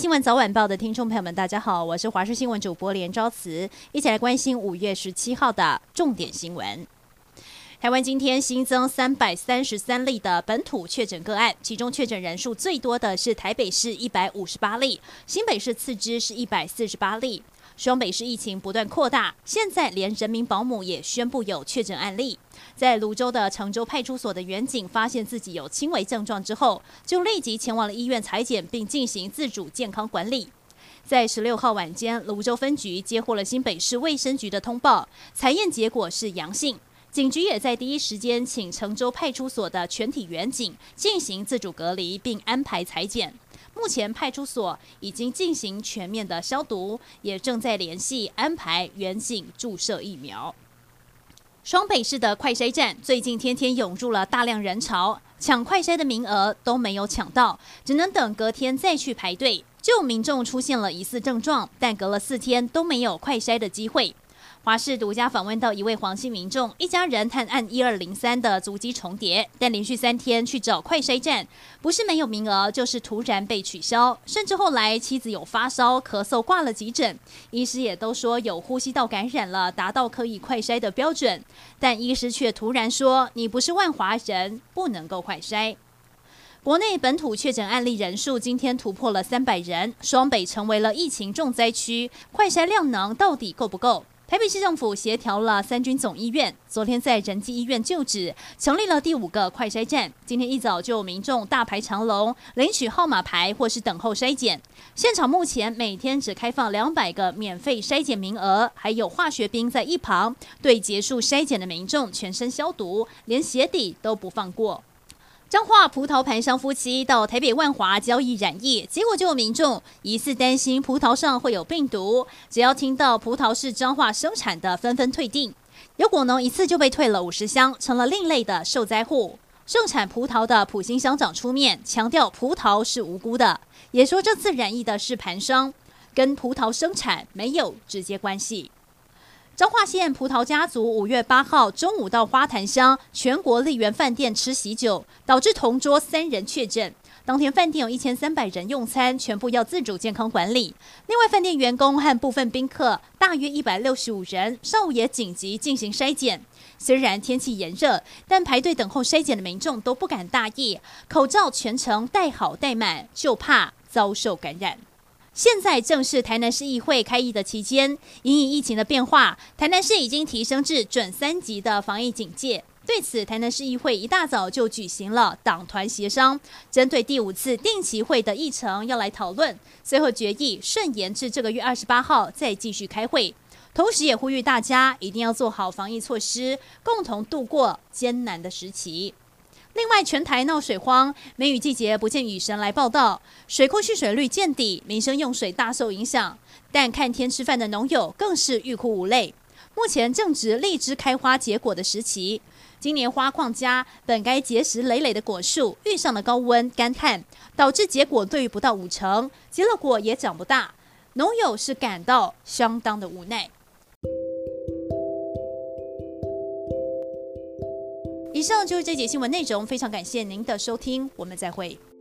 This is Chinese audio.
新闻早晚报的听众朋友们，大家好，我是华视新闻主播连昭慈，一起来关心5月17号的重点新闻。台湾今天新增333例的本土确诊个案，其中确诊人数最多的是台北市158例，新北市次之是148例。双北市疫情不断扩大，现在连人民保姆也宣布有确诊案例。在蘆洲的常州派出所的员警发现自己有轻微症状之后，就立即前往了医院采检，并进行自主健康管理。在16号晚间，蘆洲分局接获了新北市卫生局的通报，采验结果是阳性。警局也在第一时间请常州派出所的全体员警进行自主隔离，并安排采检。目前派出所已经进行全面的消毒，也正在联系安排员警注射疫苗。双北市的快筛站最近天天涌入了大量人潮，抢快筛的名额都没有抢到，只能等隔天再去排队。就有民众出现了疑似症状，但隔了4天都没有快筛的机会。华视独家访问到一位黄姓民众，一家人和案1203的足迹重叠，但连续3天去找快筛站，不是没有名额，就是突然被取消，甚至后来妻子有发烧、咳嗽，挂了急诊，医师也都说有呼吸道感染了，达到可以快筛的标准，但医师却突然说你不是万华人，不能够快筛。国内本土确诊案例人数今天突破了300人，双北成为了疫情重灾区，快筛量能到底够不够？台北市政府协调了3军总医院，昨天在仁济医院旧址成立了第5个快筛站。今天一早就有民众大排长龙，领取号码牌或是等候筛检。现场目前每天只开放200个免费筛检名额，还有化学兵在一旁对结束筛检的民众全身消毒，连鞋底都不放过。彰化葡萄盘商夫妻到台北万华交易染疫，结果就有民众疑似担心葡萄上会有病毒，只要听到葡萄是彰化生产的，纷纷退订。有果农一次就被退了50箱，成了另类的受灾户。盛产葡萄的埔心乡长出面强调葡萄是无辜的，也说这次染疫的是盘商，跟葡萄生产没有直接关系。彰化县葡萄家族5月8号中午到花坛乡全国丽园饭店吃喜酒，导致同桌3人确诊。当天饭店有1300人用餐，全部要自主健康管理。另外，饭店员工和部分宾客大约165人，上午也紧急进行筛检。虽然天气炎热，但排队等候筛检的民众都不敢大意，口罩全程戴好戴满，就怕遭受感染。现在正是台南市议会开议的期间，因应疫情的变化，台南市已经提升至准3级的防疫警戒。对此，台南市议会一大早就举行了党团协商，针对第5次定期会的议程要来讨论，最后决议顺延至这个月28号再继续开会。同时也呼吁大家一定要做好防疫措施，共同度过艰难的时期。另外，全台闹水荒，梅雨季节不见雨神来报道，水库蓄水率见底，民生用水大受影响。但看天吃饭的农友更是欲哭无泪。目前正值荔枝开花结果的时期，今年花况佳，本该结实累累的果树遇上了高温干旱，导致结果对于不到50%，结了果也长不大，农友是感到相当的无奈。以上就是这节新闻内容，非常感谢您的收听，我们再会。